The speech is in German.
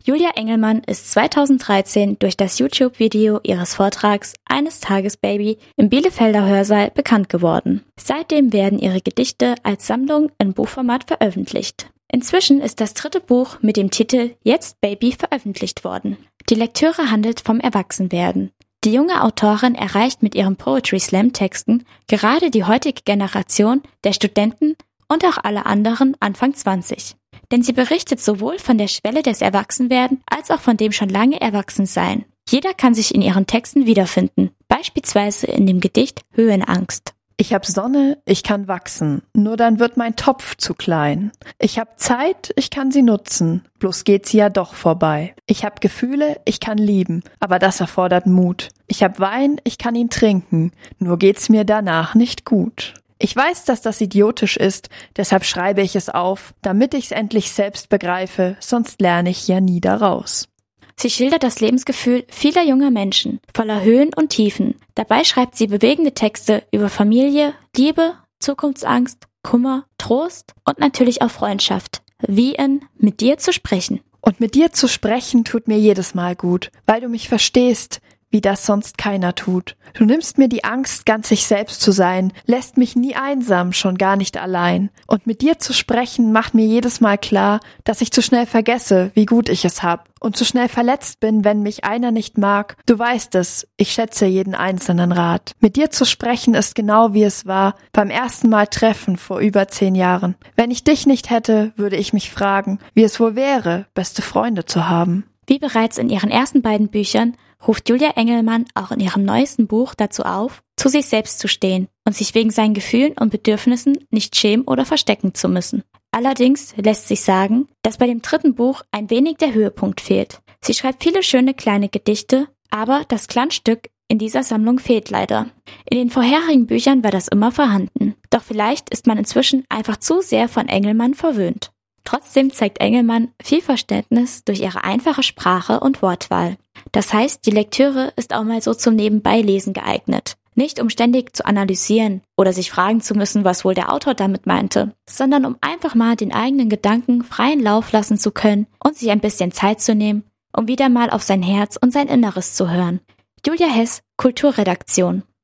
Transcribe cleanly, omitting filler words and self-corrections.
Julia Engelmann ist 2013 durch das YouTube-Video ihres Vortrags »Eines Tages Baby« im Bielefelder Hörsaal bekannt geworden. Seitdem werden ihre Gedichte als Sammlung in Buchformat veröffentlicht. Inzwischen ist das 3. Buch mit dem Titel »Jetzt Baby« veröffentlicht worden. Die Lektüre handelt vom Erwachsenwerden. Die junge Autorin erreicht mit ihren Poetry Slam Texten gerade die heutige Generation der Studenten und auch alle anderen Anfang 20. Denn sie berichtet sowohl von der Schwelle des Erwachsenwerden als auch von dem schon lange Erwachsensein. Jeder kann sich in ihren Texten wiederfinden, beispielsweise in dem Gedicht Höhenangst. Ich hab Sonne, ich kann wachsen, nur dann wird mein Topf zu klein. Ich hab Zeit, ich kann sie nutzen, bloß geht sie ja doch vorbei. Ich hab Gefühle, ich kann lieben, aber das erfordert Mut. Ich hab Wein, ich kann ihn trinken, nur geht's mir danach nicht gut. Ich weiß, dass das idiotisch ist, deshalb schreibe ich es auf, damit ich's endlich selbst begreife, sonst lerne ich ja nie daraus. Sie schildert das Lebensgefühl vieler junger Menschen, voller Höhen und Tiefen. Dabei schreibt sie bewegende Texte über Familie, Liebe, Zukunftsangst, Kummer, Trost und natürlich auch Freundschaft, wie in »Mit dir zu sprechen«. Und mit dir zu sprechen tut mir jedes Mal gut, weil du mich verstehst, wie das sonst keiner tut. Du nimmst mir die Angst, ganz ich selbst zu sein, lässt mich nie einsam, schon gar nicht allein. Und mit dir zu sprechen macht mir jedes Mal klar, dass ich zu schnell vergesse, wie gut ich es hab. Und zu schnell verletzt bin, wenn mich einer nicht mag. Du weißt es, ich schätze jeden einzelnen Rat. Mit dir zu sprechen ist genau wie es war, beim ersten Mal treffen vor über 10 Jahren. Wenn ich dich nicht hätte, würde ich mich fragen, wie es wohl wäre, beste Freunde zu haben. Wie bereits in ihren ersten beiden Büchern ruft Julia Engelmann auch in ihrem neuesten Buch dazu auf, zu sich selbst zu stehen und sich wegen seinen Gefühlen und Bedürfnissen nicht schämen oder verstecken zu müssen. Allerdings lässt sich sagen, dass bei dem 3. Buch ein wenig der Höhepunkt fehlt. Sie schreibt viele schöne kleine Gedichte, aber das Glanzstück in dieser Sammlung fehlt leider. In den vorherigen Büchern war das immer vorhanden. Doch vielleicht ist man inzwischen einfach zu sehr von Engelmann verwöhnt. Trotzdem zeigt Engelmann viel Verständnis durch ihre einfache Sprache und Wortwahl. Das heißt, die Lektüre ist auch mal so zum Nebenbeilesen geeignet. Nicht um ständig zu analysieren oder sich fragen zu müssen, was wohl der Autor damit meinte, sondern um einfach mal den eigenen Gedanken freien Lauf lassen zu können und sich ein bisschen Zeit zu nehmen, um wieder mal auf sein Herz und sein Inneres zu hören. Julia Hess, Kulturredaktion.